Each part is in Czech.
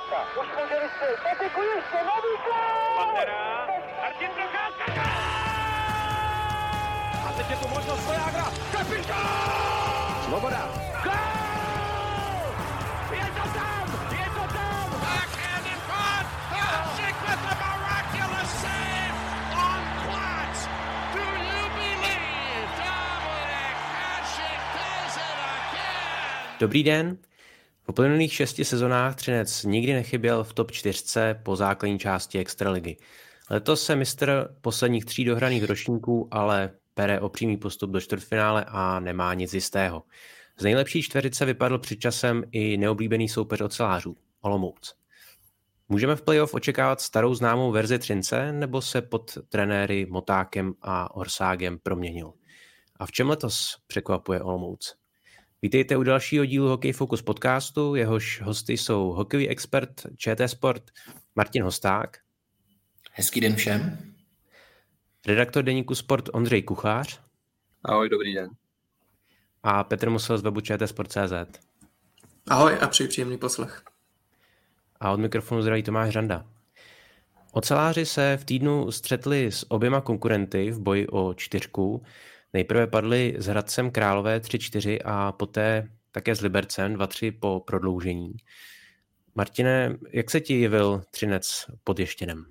Už může vystřelit, Patiku ještě, nový gól! Pantera, Martin Procházka! A teď je tu možnost Vojágra, kapitán! Svoboda, gól! Je to tam! Backhand in front! Hasek with the miraculous save on Platz! Do you believe Dominik Hasek does it again? Dobrý den. V uplynulých 6 sezonách Třinec nikdy nechyběl v top 4 po základní části extraligy. Letos se mistr posledních 3 dohraných ročníků ale pere o přímý postup do čtvrtfinále a nemá nic jistého. Z nejlepší čtveřice vypadl před časem i neoblíbený soupeř ocelářů, Olomouc. Můžeme v playoff očekávat starou známou verzi Třince, nebo se pod trenéry Motákem a Orságem proměnil? A v čem letos překvapuje Olomouc? Vítejte u dalšího dílu Hokej Focus podcastu, jehož hosty jsou hokejový expert ČT Sport Martin Hosták. Hezký den všem. Redaktor deníku Sport Ondřej Kuchář. Ahoj, dobrý den. A Petr Musil z webu čtsport.cz. Ahoj a přeji příjemný poslech. A od mikrofonu zdraví Tomáš Řanda. Oceláři se v týdnu střetli s oběma konkurenty v boji o 4. Nejprve padli s Hradcem Králové 3-4 a poté také s Libercem 2-3 po prodloužení. Martine, jak se ti jevil Třinec pod Ještědem?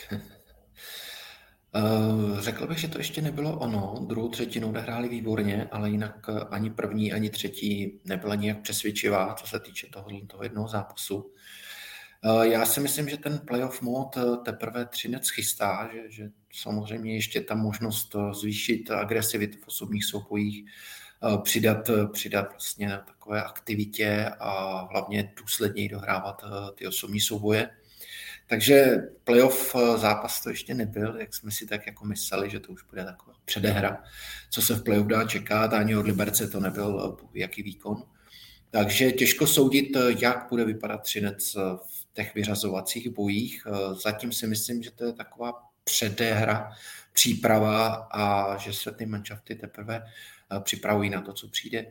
Řekl bych, že to ještě nebylo ono. Druhou třetinu odehráli výborně, ale jinak ani první, ani třetí nebyla nijak přesvědčivá, co se týče toho jednoho zápasu. Já si myslím, že ten playoff mod teprve Třinec chystá, že samozřejmě ještě tam možnost zvýšit agresivitu v osobních soubojích, přidat vlastně na takové aktivitě a hlavně důsledněji dohrávat ty osobní souboje. Takže playoff zápas to ještě nebyl, jak jsme si tak jako mysleli, že to už bude taková předehra, co se v playoff dá čekat, ani od Liberce to nebyl jaký výkon. Takže těžko soudit, jak bude vypadat Třinec v těch vyřazovacích bojích. Zatím si myslím, že to je taková předehra, příprava a že se ty manšafty teprve připravují na to, co přijde.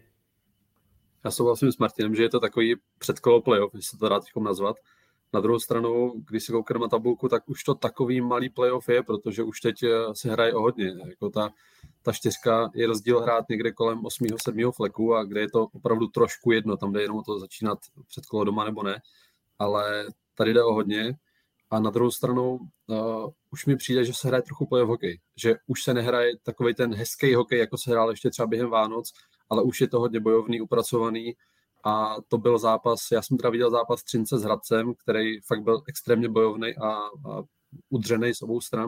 Já souhlasím s Martinem, že je to takový předkolo playoff, jestli se to dá teď nazvat. Na druhou stranu, když se koukám na tabulku, tak už to takový malý playoff je, protože už teď se hraje o hodně. Jako ta 4 je rozdíl hrát někde kolem 8. 7. fleku a kde je to opravdu trošku jedno, tam jde jenom o to začínat předkolo doma nebo ne, ale tady jde o hodně. A na druhou stranu už mi přijde, že se hraje trochu playoff hokej, že už se nehraje takovej ten hezký hokej, jako se hrál ještě třeba během Vánoc, ale už je to hodně bojovný, upracovaný. A to byl zápas, já jsem teda viděl zápas Třince s Hradcem, který fakt byl extrémně bojovný a udřený z obou stran.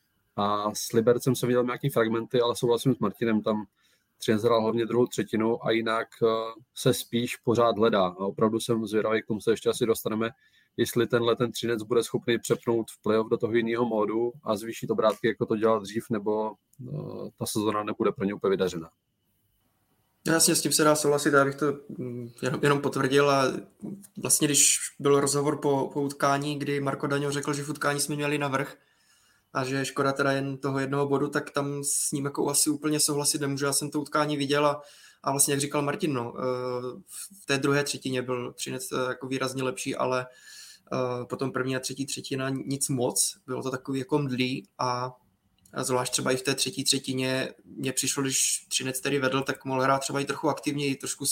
A s Libercem jsem viděl nějaký fragmenty, ale souhlasím s Martinem, tam Třinec hrál hlavně druhou třetinu a jinak se spíš pořád hledá. A opravdu jsem zvědavý, k tomu se ještě asi dostaneme, jestli ten Třinec bude schopný přepnout v playoff do toho jiného módu a zvýšit obrátky, jako to dělal dřív, nebo ta sezona nebude pro ně úplně vydařená. Jasně, s tím se dá souhlasit, já bych to jenom potvrdil a vlastně, když byl rozhovor po utkání, kdy Marko Daňo řekl, že v utkání jsme měli navrch a že škoda teda jen toho jednoho bodu, tak tam s ním jako asi úplně souhlasit nemůžu. Já jsem to utkání viděl a vlastně, jak říkal Martin, v té druhé třetině byl Třinec jako výrazně lepší, ale potom první a třetí třetina nic moc, bylo to takový jako mdlý a zvlášť třeba i v té třetí třetině mně přišlo, když Třinec tedy vedl, tak mohl hrát třeba i trochu aktivněji,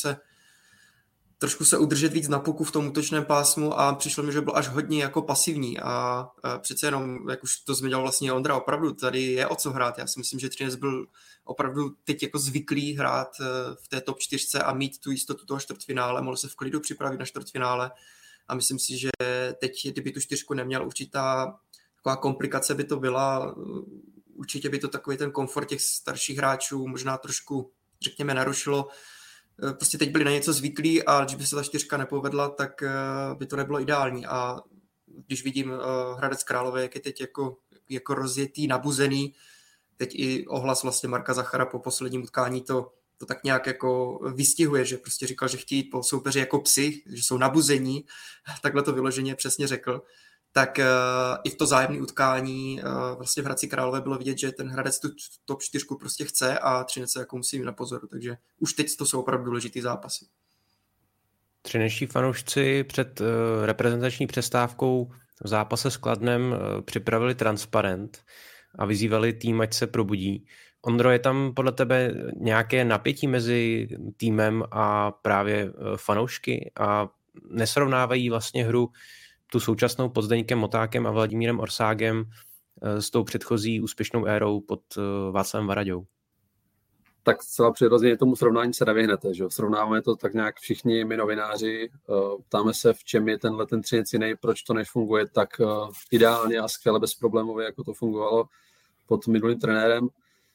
trošku se udržet víc na puku v tom útočném pásmu a přišlo mi, že byl až hodně jako pasivní a přece jenom, jak už to zmiňoval vlastně Ondra, opravdu tady je o co hrát. Já si myslím, že Třinec byl opravdu teď jako zvyklý hrát v té top 4 a mít tu jistotu toho čtvrtfinále, mohl se v klidu připravit na čtvrtfinále a myslím si, že teď, kdyby tu 4 neměl, určitá taková komplikace by to byla. Určitě by to takový ten komfort těch starších hráčů možná trošku, řekněme, narušilo. Prostě teď byli na něco zvyklí a když by se ta 4 nepovedla, tak by to nebylo ideální. A když vidím Hradec Králové, jak je teď jako rozjetý, nabuzený, teď i ohlas vlastně Marka Zachara po posledním utkání to tak nějak jako vystihuje, že prostě říkal, že chtějí po soupeři jako psi, že jsou nabuzení, takhle to vyloženě přesně řekl. Tak i v to zájemné utkání vlastně v Hradci Králové bylo vidět, že ten Hradec tu top 4 prostě chce a Třinec se jako musí mít na pozoru, takže už teď to jsou opravdu důležitý zápasy. Třinečtí fanoušci před reprezentační přestávkou v zápase s Kladnem připravili transparent a vyzývali tým, ať se probudí. Ondro, je tam podle tebe nějaké napětí mezi týmem a právě fanoušky a nesrovnávají vlastně hru tu současnou pod Zdeňkem Motákem a Vladimírem Orságem s tou předchozí úspěšnou érou pod Václavem Varaďou? Tak zcela přirozeně tomu srovnání se nevyhnete, že? Srovnáváme to tak nějak všichni my novináři, ptáme se, v čem je ten Třinec jiný, proč to nefunguje tak ideálně a skvěle bezproblémově, jako to fungovalo pod minulým trenérem.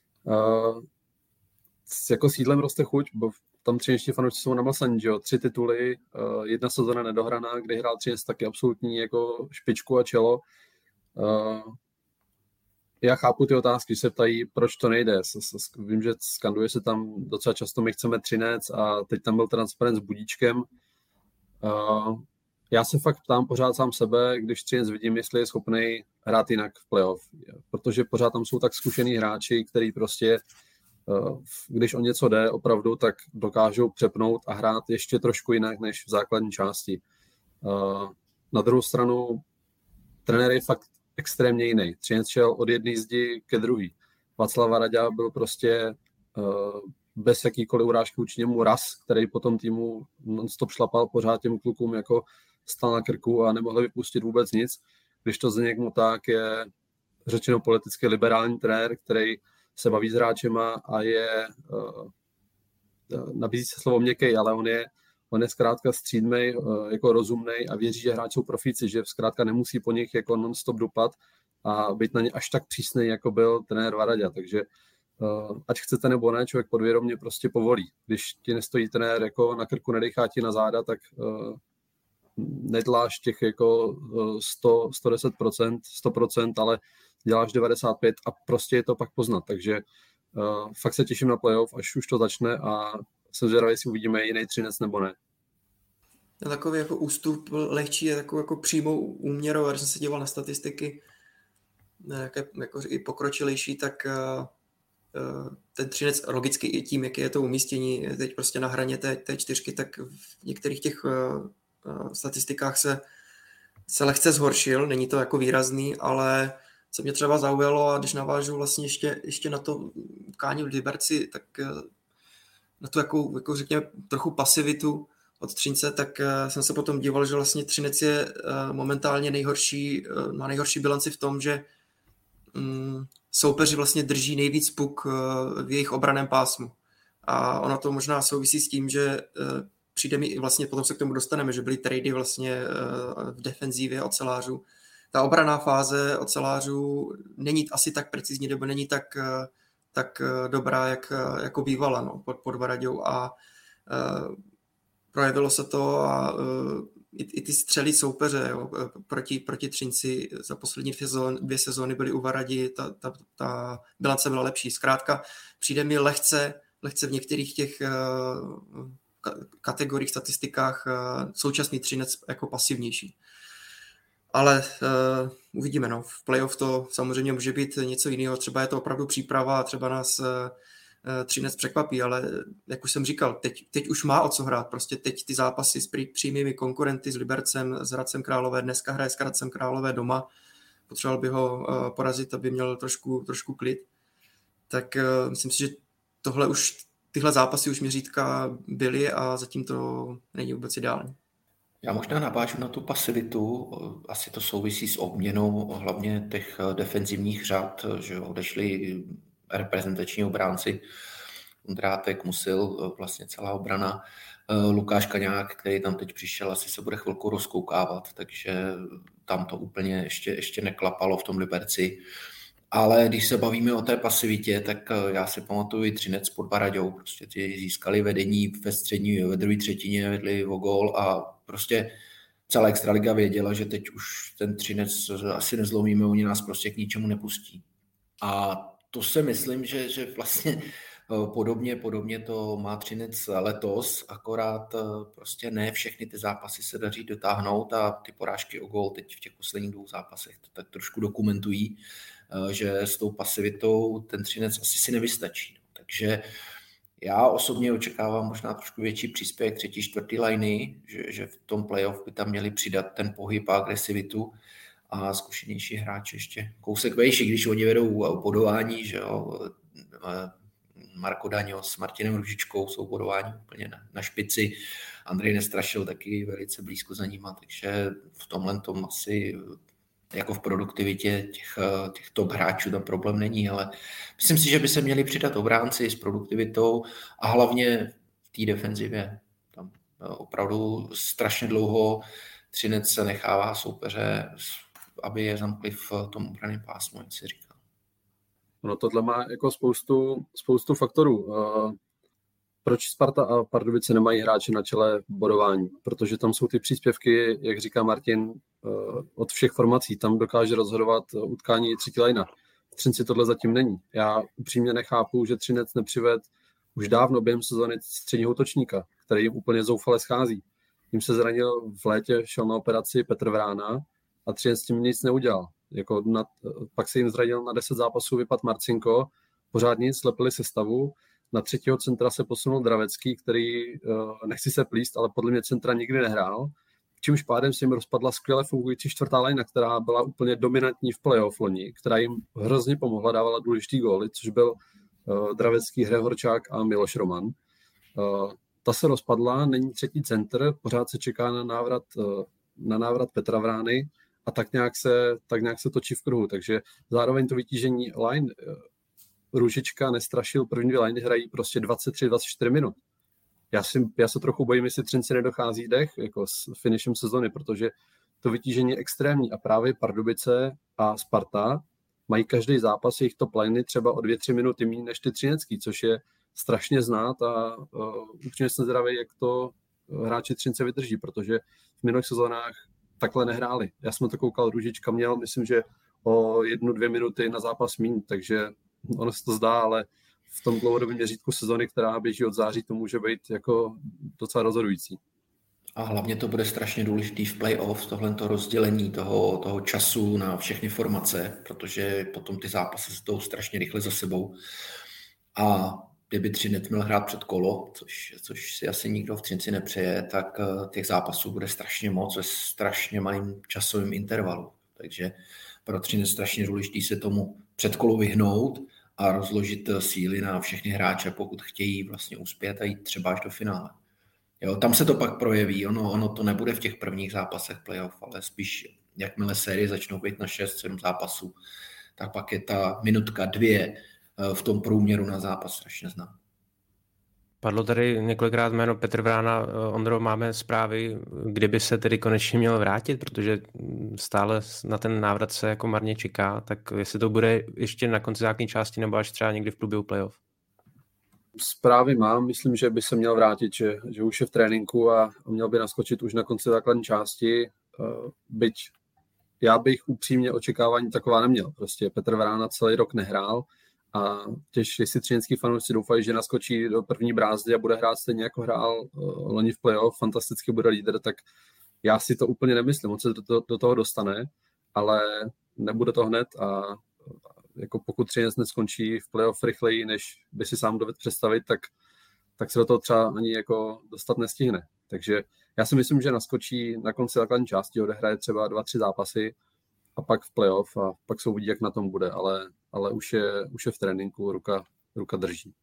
Jako sídlem roste chuť, bo tam třinečtí fanoušci jsou namlsaní, že jo, 3 tituly, 1 sezona nedohraná, kdy hrál Třinec taky absolutní jako špičku a čelo. Já chápu ty otázky, se ptají, proč to nejde. Vím, že skanduje se tam docela často, my chceme Třinec a teď tam byl transparent s budíčkem. Já se fakt ptám pořád sám sebe, když Třinec vidím, jestli je schopný hrát jinak v playoff, protože pořád tam jsou tak zkušený hráči, který prostě, když o něco jde opravdu, tak dokážou přepnout a hrát ještě trošku jinak než v základní části. Na druhou stranu trenér je fakt extrémně jiný. Třinec šel od jedné zdi ke druhý. Václav Varaďa byl prostě bez jakýkoliv urážky vůči němu raz, který po tom týmu non-stop šlapal pořád těm klukům jako stal na krku a nemohli vypustit vůbec nic. Když to Zdeněk Moták je řečeno politicky liberální trenér, který se baví s hráčema a je nabízí se slovo měkkej, ale on je zkrátka střídmej, jako rozumnej a věří, že hráči jsou profíci, že zkrátka nemusí po nich jako non-stop dupat a být na ně až tak přísnej, jako byl trenér Varaďa. Takže ať chcete nebo ne, člověk podvědomě prostě povolí. Když ti nestojí trenér jako na krku, nedechá ti na záda, tak nedláš těch jako 110%, 100%, ale děláš 95% a prostě je to pak poznat. Takže fakt se těším na playoff, až už to začne a jsem zvědavý, jestli uvidíme jiný Třinec nebo ne. Takový jako ústup lehčí je takovou jako přímou úměrou, když jsem se díval na statistiky, jako i pokročilejší, tak ten Třinec logicky i tím, jak je to umístění teď prostě na hraně té 4, tak v některých těch statistikách se lehce zhoršil, není to jako výrazný, ale co mě třeba zaujalo, a když navážu vlastně ještě na to utkání v Liberci, tak na tu jako řekněme trochu pasivitu od Třince, tak jsem se potom díval, že vlastně Třinec je momentálně má nejhorší bilanci v tom, že soupeři vlastně drží nejvíc puk v jejich obranném pásmu. A ono to možná souvisí s tím, že přijde mi vlastně, potom se k tomu dostaneme, že byly trady vlastně v defenzívě ocelářů. Ta obranná fáze ocelářů není asi tak precizní, nebo není tak dobrá, jako bývala pod Varaďou a projevilo se to a i ty střely soupeře proti Třinci za poslední 2 sezóny byly u Varadi, ta bilance byla lepší. Zkrátka přijde mi lehce v některých těch kategoriích, statistikách současný Třinec jako pasivnější. Ale uvidíme, v playoff to samozřejmě může být něco jiného, třeba je to opravdu příprava a třeba nás Třinec překvapí, ale jak už jsem říkal, teď už má o co hrát, prostě teď ty zápasy s přímými konkurenty, s Libercem, s Hradcem Králové, dneska hraje s Hradcem Králové doma, potřeboval by ho porazit, aby měl trošku klid, tak myslím si, že tyhle zápasy už měřítka byly a zatím to není vůbec ideální. Já možná navážu na tu pasivitu, asi to souvisí s obměnou hlavně těch defenzivních řad, že odešli reprezentační obránci, Ondrátek, Musil, vlastně celá obrana, Lukáš Kaňák, který tam teď přišel, asi se bude chvilku rozkoukávat, takže tam to úplně ještě neklapalo v tom Liberci. Ale když se bavíme o té pasivitě, tak já si pamatuju i Třinec pod Varaďou, prostě ti získali vedení ve druhé třetině, vedli o gól a prostě celá extraliga věděla, že teď už ten Třinec asi nezlomíme, oni nás prostě k ničemu nepustí. A to si myslím, že vlastně podobně to má Třinec letos, akorát prostě ne všechny ty zápasy se daří dotáhnout a ty porážky o gól teď v těch posledních 2 zápasech to tak trošku dokumentují, že s tou pasivitou ten Třinec asi si nevystačí. Takže Já osobně očekávám možná trošku větší příspěvek 3., 4. liny, že v tom playoff by tam měli přidat ten pohyb a agresivitu a zkušenější hráči ještě kousek vejší, když oni vedou bodování, že jo, Marko Daňo s Martinem Růžičkou jsou bodování úplně na špici, Andrej Nestrašil taky velice blízko za nima, takže v tomhle tom asi jako v produktivitě těch top hráčů tam problém není, ale myslím si, že by se měli přidat obránci s produktivitou a hlavně v té defenzivě. Tam opravdu strašně dlouho Třinec se nechává soupeře, aby je zamkli v tom obranném pásmu, jak si říkal. No tohle má jako spoustu faktorů. Proč Sparta a Pardubice nemají hráče na čele bodování? Protože tam jsou ty příspěvky, jak říká Martin, od všech formací. Tam dokáže rozhodovat utkání 3. lajna. V Třinci tohle zatím není. Já upřímně nechápu, že Třinec nepřived už dávno během sezóny středního útočníka, který jim úplně zoufale schází. Jim se zranil v létě, šel na operaci Petr Vrána a Třinec s tím nic neudělal. Pak se jim zranil na 10 zápasů vypad Marcinko, pořád nic, slepili sestavu. Na 3. centra se posunul Dravecký, který, nechci se plíst, ale podle mě centra nikdy nehrál. Čímž pádem se jim rozpadla skvěle fungující 4. lajna, která byla úplně dominantní v playoff loni, která jim hrozně pomohla, dávala důležitý góly, což byl Dravecký, Hřehorčák a Miloš Roman. Ta se rozpadla, není 3. centr, pořád se čeká na návrat Petra Vrány a tak nějak se točí v kruhu. Takže zároveň to vytížení line Růžička, Nestrašil, první 2 liny hrají prostě 23-24 minut. Já se trochu bojím, jestli Třinci nedochází dech jako s finishem sezony, protože to vytížení je extrémní a právě Pardubice a Sparta mají každý zápas jejich top liny třeba o 2-3 minuty méně než ty třinecký, což je strašně znát a upřímně jsem zdravý, jak to hráči Třince vydrží, protože v minulých sezónách takhle nehráli. Já jsem to koukal, Růžička měl, myslím, že o 1-2 minuty na zápas míň, takže ono se to zdá, ale v tom dlouhodobém měřítku sezony, která běží od září, to může být jako docela rozhodující. A hlavně to bude strašně důležitý v playoff, tohleto rozdělení toho času na všechny formace, protože potom ty zápasy jdou strašně rychle za sebou. A kdyby Třinec měl hrát před kolo, což si asi nikdo v Třinci nepřeje, tak těch zápasů bude strašně moc ve strašně malým časovým intervalu. Takže pro Třinec strašně důležitý se tomu předkolu vyhnout a rozložit síly na všechny hráče, pokud chtějí vlastně uspět a jít třeba až do finále. Jo, tam se to pak projeví, ono to nebude v těch prvních zápasech playoff, ale spíš jakmile série začnou být na 6-7 zápasů, tak pak je ta minutka 2 v tom průměru na zápas strašně zná. Padlo tady několikrát jméno Petr Vrána. Ondro, máme zprávy, kdyby se tedy konečně měl vrátit, protože stále na ten návrat se jako marně čeká, tak jestli to bude ještě na konci základní části nebo až třeba někdy v průběhu playoff? Zprávy mám, myslím, že by se měl vrátit, že už je v tréninku a měl by naskočit už na konci základní části, byť já bych upřímně očekávání taková neměl. Prostě Petr Vrána celý rok nehrál a jestli třinecký fanoušci doufají, že naskočí do první brázdy a bude hrát stejně jako hrál loni v playoff, fantasticky bude lídr, tak já si to úplně nemyslím. On se do toho dostane, ale nebude to hned a jako pokud Třinec neskončí v playoff rychleji, než by si sám dovedl představit, tak se do toho třeba ani jako dostat nestihne. Takže já si myslím, že naskočí na konci základní části, odehraje třeba 2-3 zápasy a pak v playoff a pak se uvidí, jak na tom bude, ale už je v tréninku, ruka drží.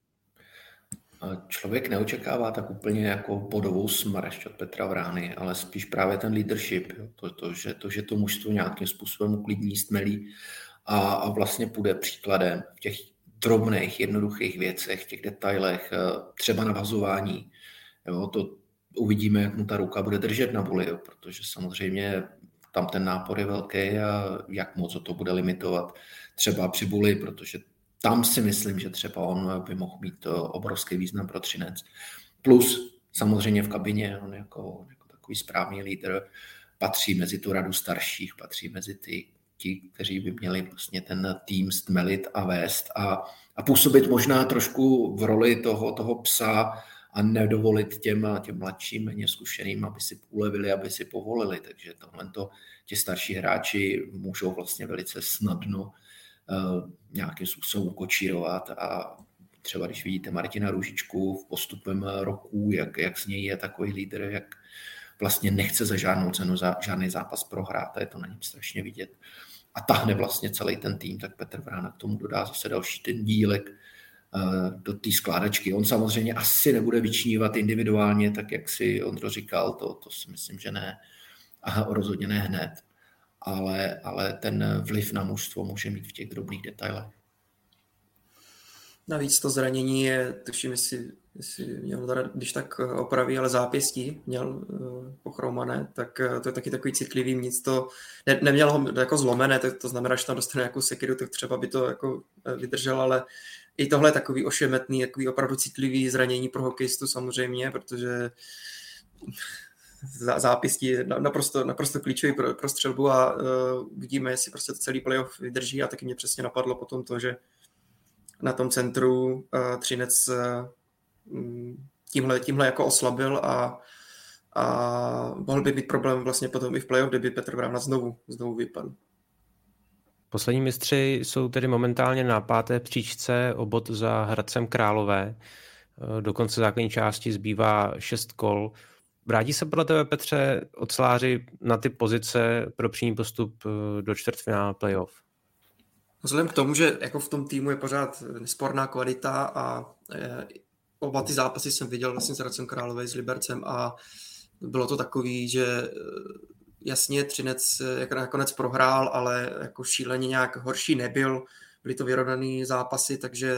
Člověk neočekává tak úplně jako bodovou smršť od Petra Vrány, ale spíš právě ten leadership, jo? To, že to mužstvo nějakým způsobem uklidní, stmelí a vlastně půjde příkladem v těch drobných, jednoduchých věcech, v těch detailech, třeba navazování. Jo? To uvidíme, jak mu ta ruka bude držet na buli, jo? Protože samozřejmě tam ten nápor je velký a jak moc to bude limitovat třeba při buli, protože tam si myslím, že třeba on by mohl mít obrovský význam pro Třinec. Plus samozřejmě v kabině, on jako takový správný lídr patří mezi tu radu starších, patří mezi ti, kteří by měli vlastně ten tým stmelit a vést a působit možná trošku v roli toho psa a nedovolit těm mladším, méně zkušeným, aby si ulevili, aby si povolili. Takže tohleto ti starší hráči můžou vlastně velice snadno nějakým způsobem kočírovat a třeba když vidíte Martina Růžičku v postupem roku, jak z něj je takový lídr, jak vlastně nechce za žádnou cenu žádný zápas prohrát, a je to na něm strašně vidět. A tahne vlastně celý ten tým, tak Petr Vrána k tomu dodá zase další ten dílek do té skládačky. On samozřejmě asi nebude vyčnívat individuálně, tak jak si Ondro říkal, to si myslím, že ne. A rozhodně ne hned. Ale ten vliv na mužstvo může mít v těch drobných detailech. Navíc to zranění je, tuším, jestli měl teda, když tak opraví, ale zápěstí měl pochromané, tak to je taky takový citlivý, nic to neměl ho jako zlomené, to znamená, že tam dostane nějakou sekiru, tak třeba by to jako vydržel, ale i tohle je takový ošemetný, takový opravdu citlivý zranění pro hokejistu samozřejmě, protože zápěstí je naprosto klíčový pro střelbu a vidíme, jestli prostě to celý playoff vydrží, a taky mě přesně napadlo potom to, že na tom centru Třinec tímhle jako oslabil a mohl by být problém vlastně potom i v playoff, kdyby Petr Vrána znovu vypadl. Poslední mistři jsou tedy momentálně na 5. příčce, o bod za Hradcem Králové. Do konce základní části zbývá 6 kol. Vrátí se podle tebe, Petře, oceláři na ty pozice pro přímý postup do čtvrtfinále playoff? Vzhledem k tomu, že jako v tom týmu je pořád nesporná kvalita a oba ty zápasy jsem viděl vlastně s Hradcem Králové, s Libercem, a bylo to takový, že jasně Třinec nakonec prohrál, ale jako šíleně nějak horší nebyl. Byly to vyrovnaný zápasy, takže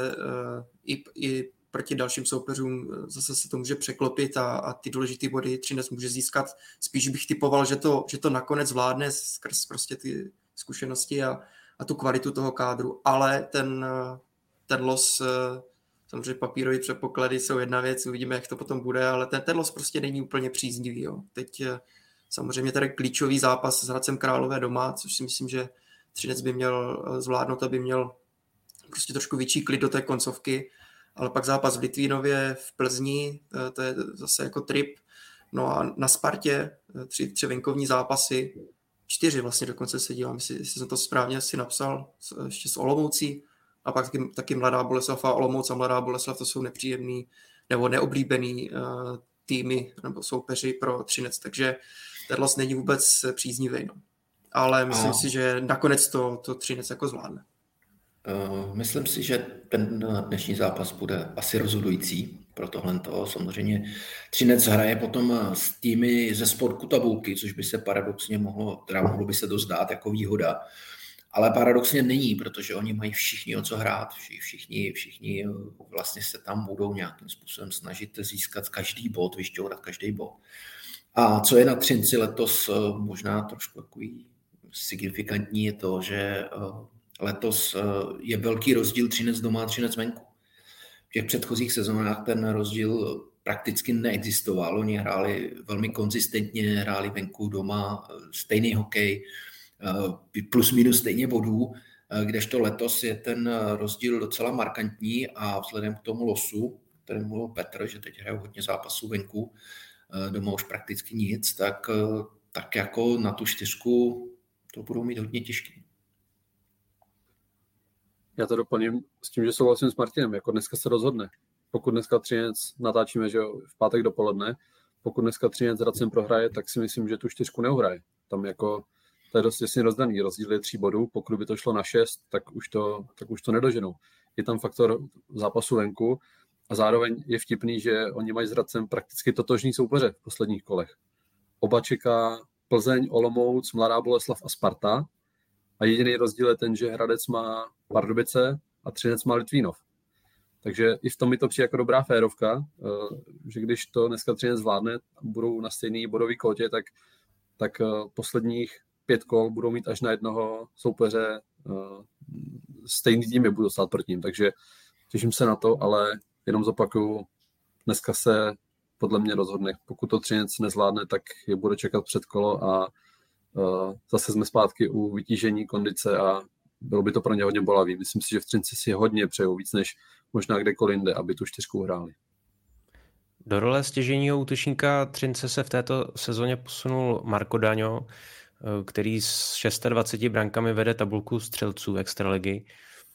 i proti dalším soupeřům zase se to může překlopit a ty důležitý body Třinec může získat. Spíš bych typoval, že to nakonec zvládne skrz prostě ty zkušenosti a tu kvalitu toho kádru, ale ten los, samozřejmě papírové předpoklady jsou jedna věc, uvidíme, jak to potom bude, ale ten los prostě není úplně příznivý. Jo. Teď samozřejmě tady klíčový zápas s Hradcem Králové doma, což si myslím, že Třinec by měl zvládnout, aby měl prostě trošku větší klid do té koncovky, ale pak zápas v Litvínově, v Plzni, to je zase jako trip. No a na Spartě 3 venkovní zápasy, 4 vlastně dokonce se dívám, jestli jsem to správně si napsal, ještě s Olomoucí, a pak taky Mladá Boleslav a Olomouc a Mladá Boleslav, to jsou nepříjemný nebo neoblíbený týmy nebo soupeři pro Třinec, takže ten los není vůbec příznivý. No. Ale myslím si, že nakonec to Třinec jako zvládne. Myslím si, že ten dnešní zápas bude asi rozhodující pro tohle. Samozřejmě Třinec hraje potom s týmy ze spodku tabulky, což by se paradoxně mohlo by se to zdát jako výhoda, ale paradoxně není, protože oni mají všichni o co hrát, všichni vlastně se tam budou nějakým způsobem snažit získat každý bod, vyšťourat každý bod. A co je na Třinci letos možná trošku takový signifikantní, je to, že letos je velký rozdíl Třinec doma a Třinec venku. V těch předchozích sezónách ten rozdíl prakticky neexistoval. Oni hráli velmi konzistentně, hráli venku doma stejný hokej, plus minus stejně bodů, kdežto letos je ten rozdíl docela markantní a vzhledem k tomu losu, kterým mluvil Petr, že teď hrajou hodně zápasů venku, doma už prakticky nic, tak jako na tu 4 to budou mít hodně těžký. Já to doplním s tím, že souhlasím s Martinem, jako dneska se rozhodne. Pokud dneska Třinec natáčíme, že v pátek dopoledne, pokud dneska Třinec s Hradcem prohraje, tak si myslím, že tu 4 neuhraje. Tam jako to je dost jasně rozdaný. Rozdíl je 3 bodů, pokud by to šlo na 6, tak už to nedoženou. Je tam faktor zápasu venku a zároveň je vtipný, že oni mají s Hradcem prakticky totožný soupeře v posledních kolech. Oba čeká Plzeň, Olomouc, Mladá Boleslav a Sparta a jediný rozdíl je ten, že Hradec má Pardubice a Třinec má Litvínov. Takže i v tom mi to přijde jako dobrá férovka, že když to dneska Třinec zvládne, budou na stejný bodový kótě, tak posledních 5 kol budou mít až na jednoho soupeře stejný týmy budou stát proti ním, takže těším se na to, ale jenom zopakuju, dneska se podle mě rozhodne, pokud to Třinec nezvládne, tak je bude čekat před kolo a zase jsme zpátky u vytížení kondice a bylo by to pro ně hodně bolavý. Myslím si, že v Třinci si hodně přejou víc než možná kdekoliv jinde, aby tu 4 hráli. Do role stěžejního útočníka Třince se v této sezóně posunul Marko Daňo, který s 26 brankami vede tabulku střelců extraligy.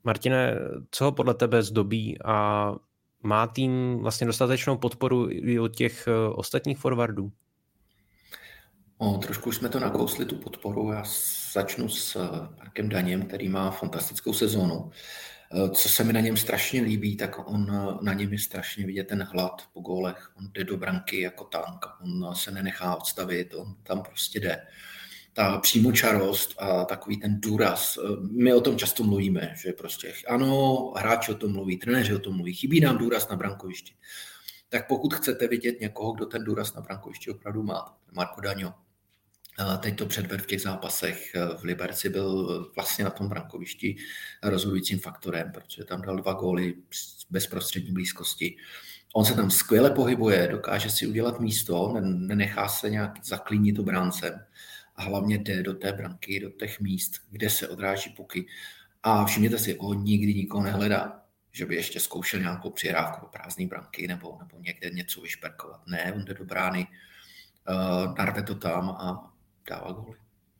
Martine, co ho podle tebe zdobí a má tým vlastně dostatečnou podporu i od těch ostatních forwardů? Trošku už jsme to nakousli, tu podporu. Já začnu s Markem Daněm, který má fantastickou sezónu. Co se mi na něm strašně líbí, tak na něm je strašně vidět ten hlad po gólech. On jde do branky jako tank, on se nenechá odstavit, on tam prostě jde. Ta přímočarost a takový ten důraz. My o tom často mluvíme, že prostě ano, hráči o tom mluví, trenéři o tom mluví, chybí nám důraz na brankovišti. Tak pokud chcete vidět někoho, kdo ten důraz na brankovišti opravdu má, Marco Daňo. Teď to předvedl v těch zápasech v Liberci, byl vlastně na tom brankovišti rozhodujícím faktorem, protože tam dal 2 góly z bezprostřední blízkosti. On se tam skvěle pohybuje, dokáže si udělat místo, nenechá se nějak zaklínit obráncem a hlavně jde do té branky, do těch míst, kde se odráží puky. A všimněte si, on nikdy nikoho nehledá, že by ještě zkoušel nějakou přihrávku do prázdné branky nebo někde něco vyšperkovat. Ne, on jde do brány, narve to tam a dává góly.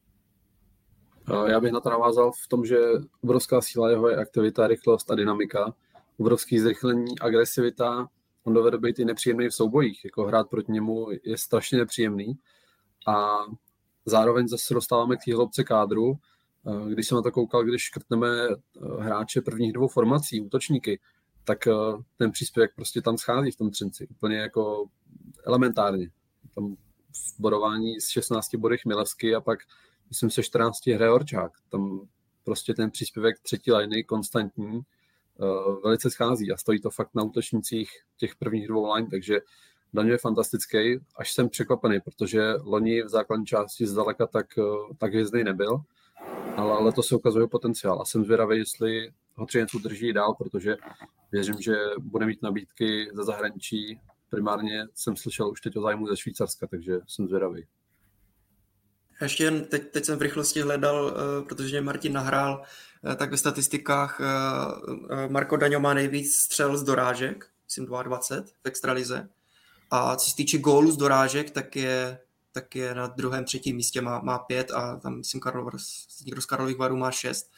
Já bych na to navázal v tom, že obrovská síla jeho je aktivita, rychlost a dynamika, obrovský zrychlení, agresivita, on dovede být i nepříjemný v soubojích, jako hrát proti němu je strašně nepříjemný a zároveň zase dostáváme k té hloubce kádru. Když jsem na to koukal, když škrtneme hráče prvních 2 formací, útočníky, tak ten příspěvek prostě tam schází v tom Třinci, úplně jako elementárně. Tam v bodování z 16 body Chmielevský a pak myslím se 14 hraje Horčák. Tam prostě ten příspěvek třetí liny konstantní velice schází a stojí to fakt na útočnících těch prvních 2 line, takže Daňo je fantastický, až jsem překvapený, protože loni v základní části zdaleka tak hvězdný nebyl, ale letos se ukazuje potenciál a jsem zvědavý, jestli ho Třinec udrží dál, protože věřím, že bude mít nabídky ze zahraničí. Primárně jsem slyšel už teď o zájmu ze Švýcarska, takže jsem zvědavý. Ještě teď jsem v rychlosti hledal, protože Martin nahrál, tak ve statistikách Marco Daňo má nejvíc střel z dorážek, myslím 22 v extralize. A co se týče gólů z dorážek, tak je na 2., 3. místě, má 5 a tam myslím někdo z Karlových Varů má 6.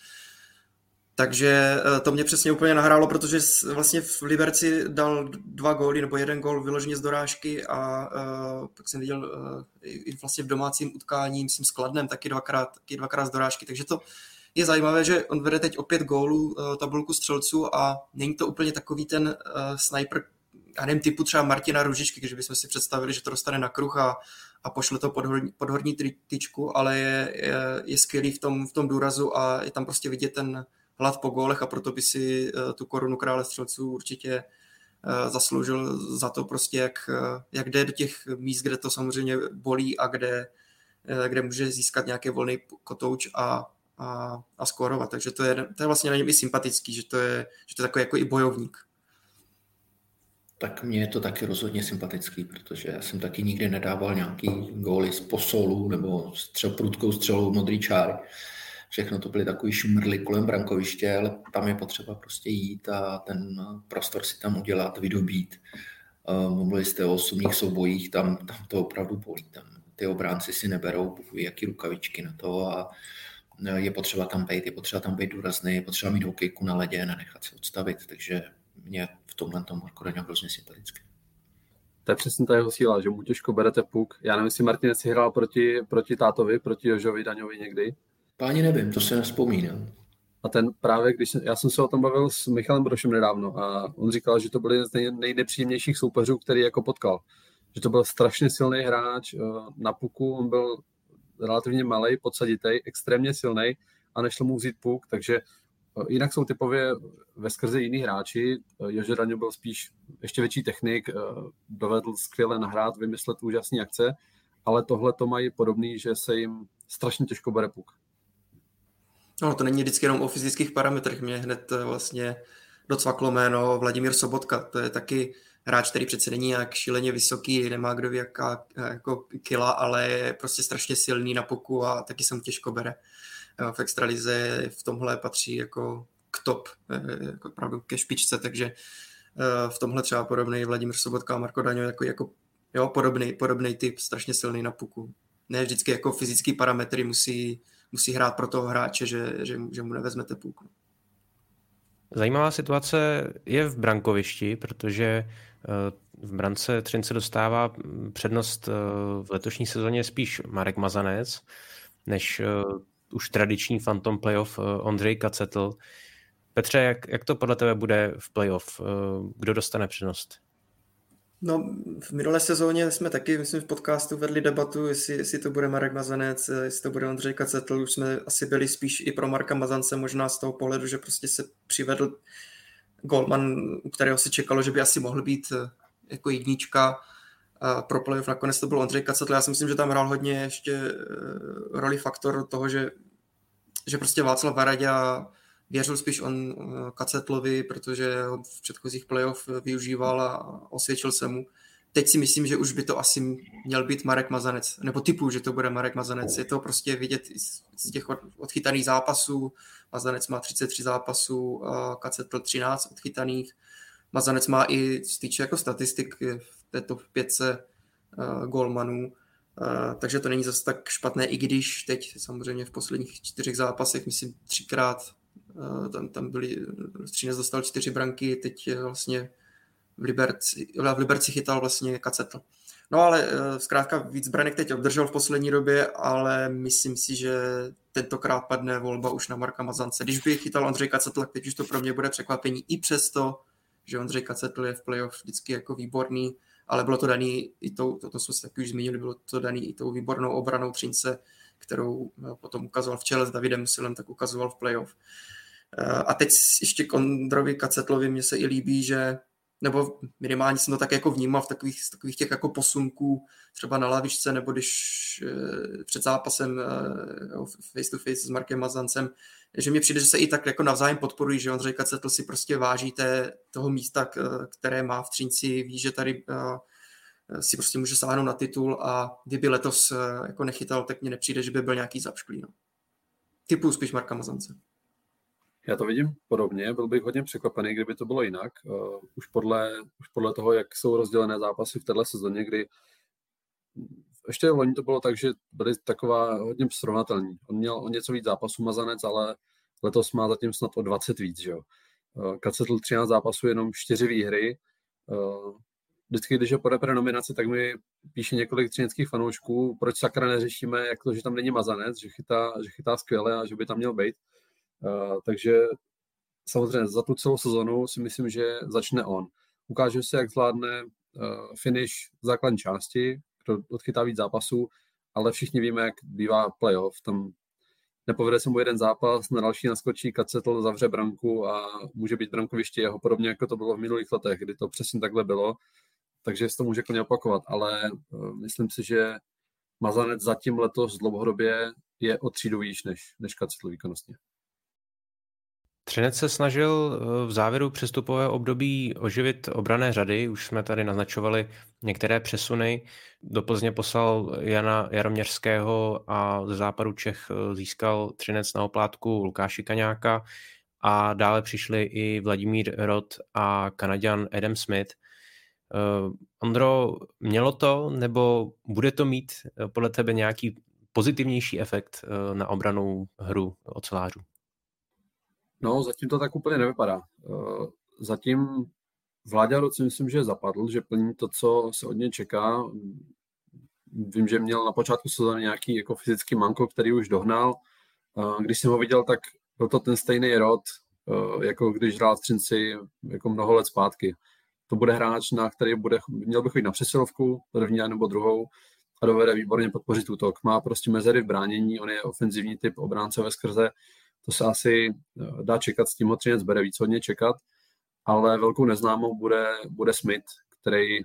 Takže to mě přesně úplně nahrálo, protože vlastně v Liberci dal 2 góly nebo 1 gól vyloženě z dorážky a pak jsem viděl i vlastně v domácím utkání, myslím s Kladnem, taky dvakrát z dorážky, takže to je zajímavé, že on vede teď o 5 gólů tabulku střelců a není to úplně takový ten sniper, já nevím, typu třeba Martina Růžičky, když bychom si představili, že to dostane na kruh a pošle to pod horní tyčku, ale je skvělý v tom důrazu a je tam prostě vidět ten hlad po gólech a proto by si tu korunu krále střelců určitě zasloužil za to prostě, jak jde do těch míst, kde to samozřejmě bolí a kde může získat nějaký volný kotouč a skórovat. Takže to je vlastně na něm i sympatický, že to je takový jako i bojovník. Tak mně je to taky rozhodně sympatický, protože já jsem taky nikdy nedával nějaký góly z posolu nebo prudkou střelou modrý čáry. Všechno to byly takový šumrly kolem brankoviště, ale tam je potřeba prostě jít a ten prostor si tam udělat, vydobít. Mluvili jste o osobních soubojích, tam to opravdu bolí. Tam ty obránci si neberou jaký rukavičky na to a je potřeba tam být důrazný, je potřeba mít hokejku na ledě, nenechat se odstavit, takže mě v tomhle tomu Marco Daňo hrozně sympatický. To je přesně ta jeho síla, že mu těžko berete puk. Já nevím, jestli Martin si hrál proti tátovi, proti Jožovi Daňovi někdy. Páni nevím, to se nevzpomínám. A ten právě, já jsem se o tom bavil s Michalem Brošem nedávno a on říkal, že to byl jeden z nejnepříjemnějších soupeřů, který jako potkal. Že to byl strašně silný hráč na puku, on byl relativně malej, podsaditej, extrémně silný a nešlo mu vzít puk, takže jinak jsou typově veskrze jiný hráči. Jože Daňo byl spíš ještě větší technik, dovedl skvěle nahrát, vymyslet úžasné akce, ale tohle to mají podobný, že se jim strašně těžko bere puk. No, to není vždycky jenom o fyzických parametrech. Mě hned vlastně docvaklo jméno Vladimír Sobotka. To je taky hráč, který přece není jak šíleně vysoký, nemá kdo ví jaká jako kila, ale je prostě strašně silný na puku a taky se mu těžko bere. V extralize v tomhle patří jako k top, jako opravdu ke špičce, takže v tomhle třeba podobný Vladimír Sobotka a Marco Daňo jako jo, podobný typ, strašně silný na puku. Ne vždycky jako fyzický parametry musí hrát pro toho hráče, že mu nevezmete puk. Zajímavá situace je v brankovišti, protože v brance Třince dostává přednost v letošní sezóně spíš Marek Mazanec, než už tradiční Phantom playoff Ondřej Kacetl. Petře, jak to podle tebe bude v playoff? Kdo dostane přednost? No, v minulé sezóně jsme taky, myslím, v podcastu vedli debatu, jestli to bude Marek Mazanec, jestli to bude Ondřej Kacetl. Už jsme asi byli spíš i pro Marka Mazance, možná z toho pohledu, že prostě se přivedl golman, u kterého se čekalo, že by asi mohl být jako jednička pro playoff. Nakonec to byl Ondřej Kacetl. Já si myslím, že tam hrál hodně ještě roli faktor toho, že prostě Václav Varaďa věřil spíš on Kacetlovi, protože ho v předchozích playoff využíval a osvědčil se mu. Teď si myslím, že už by to asi měl být Marek Mazanec, nebo typu, že to bude Marek Mazanec. Je to prostě vidět z těch odchytaných zápasů. Mazanec má 33 zápasů, Kacetl 13 odchytaných. Mazanec má i stýče jako statistik v této pětce gólmanů. Takže to není zase tak špatné, i když teď samozřejmě v posledních 4 zápasech, myslím 3krát, tam byli, Třinec dostal 4 branky, teď vlastně v Liberci chytal vlastně Kacetl. No ale zkrátka víc branek teď obdržel v poslední době, ale myslím si, že tentokrát padne volba už na Marka Mazance. Když by chytal Ondřej Kacetl, tak teď už to pro mě bude překvapení, i přesto, že Ondřej Kacetl je v playoff vždycky jako výborný, ale bylo to daný i to jsme se taky už zmínili, bylo to daný i tou výbornou obranou Třince, kterou potom ukazoval v čele s Davidem Musilem, tak ukazoval v playoff. A teď ještě k Ondrovi Kacetlovi mně se i líbí, že nebo minimálně jsem to tak jako vnímal v takových těch jako posunků, třeba na lavičce, nebo když před zápasem face to face s Markem Mazancem, že mi přijde, že se i tak jako navzájem podporují, že Ondřej Kacetl si prostě váží toho místa, které má v Třinci, ví, že tady si prostě může sáhnout na titul a kdyby letos jako nechytal, tak mně nepřijde, že by byl nějaký zapšklý. No. Typu spíš Marka Mazance. Já to vidím podobně, byl bych hodně překvapený, kdyby to bylo jinak. Už podle toho, jak jsou rozdělené zápasy v této sezóně, kdy ještě v loni to bylo tak, že byly taková hodně srovnatelní. On měl o něco víc zápasů Mazanec, ale letos má zatím snad o 20 víc. Že jo? Kacetl 13 zápasů, jenom 4 výhry. Vždycky, když ho podepere nominaci, tak mi píše několik třineckých fanoušků, proč sakra neřešíme, jak to, že tam není Mazanec, že chytá skvěle a že by tam měl být. Takže samozřejmě za tu celou sezonu si myslím, že začne on. Ukáže se, jak zvládne finish v základní části, kdo odchytá víc zápasů, ale všichni víme, jak bývá playoff. Tam nepovede se mu jeden zápas, na další naskočí Kacetl, zavře branku a může být brankoviště jeho, podobně jako to bylo v minulých letech, kdy to přesně takhle bylo. Takže se to může klidně opakovat, ale myslím si, že Mazanec zatím letos dlouhodobě je o třídu výš než Kacetl výkonnostně. Třinec se snažil v závěru přestupového období oživit obranné řady, už jsme tady naznačovali některé přesuny. Do Plzně poslal Jana Jaroměřského a ze západu Čech získal Třinec na oplátku Lukáše Kaňáka a dále přišli i Vladimír Rod a Kanaďan Adam Smith. Ondro, mělo to nebo bude to mít podle tebe nějaký pozitivnější efekt na obrannou hru ocelářů? No, zatím to tak úplně nevypadá. Zatím Vláďa Rod si myslím, že zapadl, že plní to, co se od něj čeká. Vím, že měl na počátku sezóny nějaký jako fyzický manko, který už dohnal. Když jsem ho viděl, tak byl to ten stejný Rod, jako když hrál v Třinci jako mnoho let zpátky. To bude hráč, na který měl by chodit na přesilovku, první nebo druhou, a dovede výborně podpořit útok. Má prostě mezery v bránění, on je ofenzivní typ obránce veskrze. To se asi dá čekat, s tím ho Třinec bere víc hodně čekat, ale velkou neznámou bude Smith, který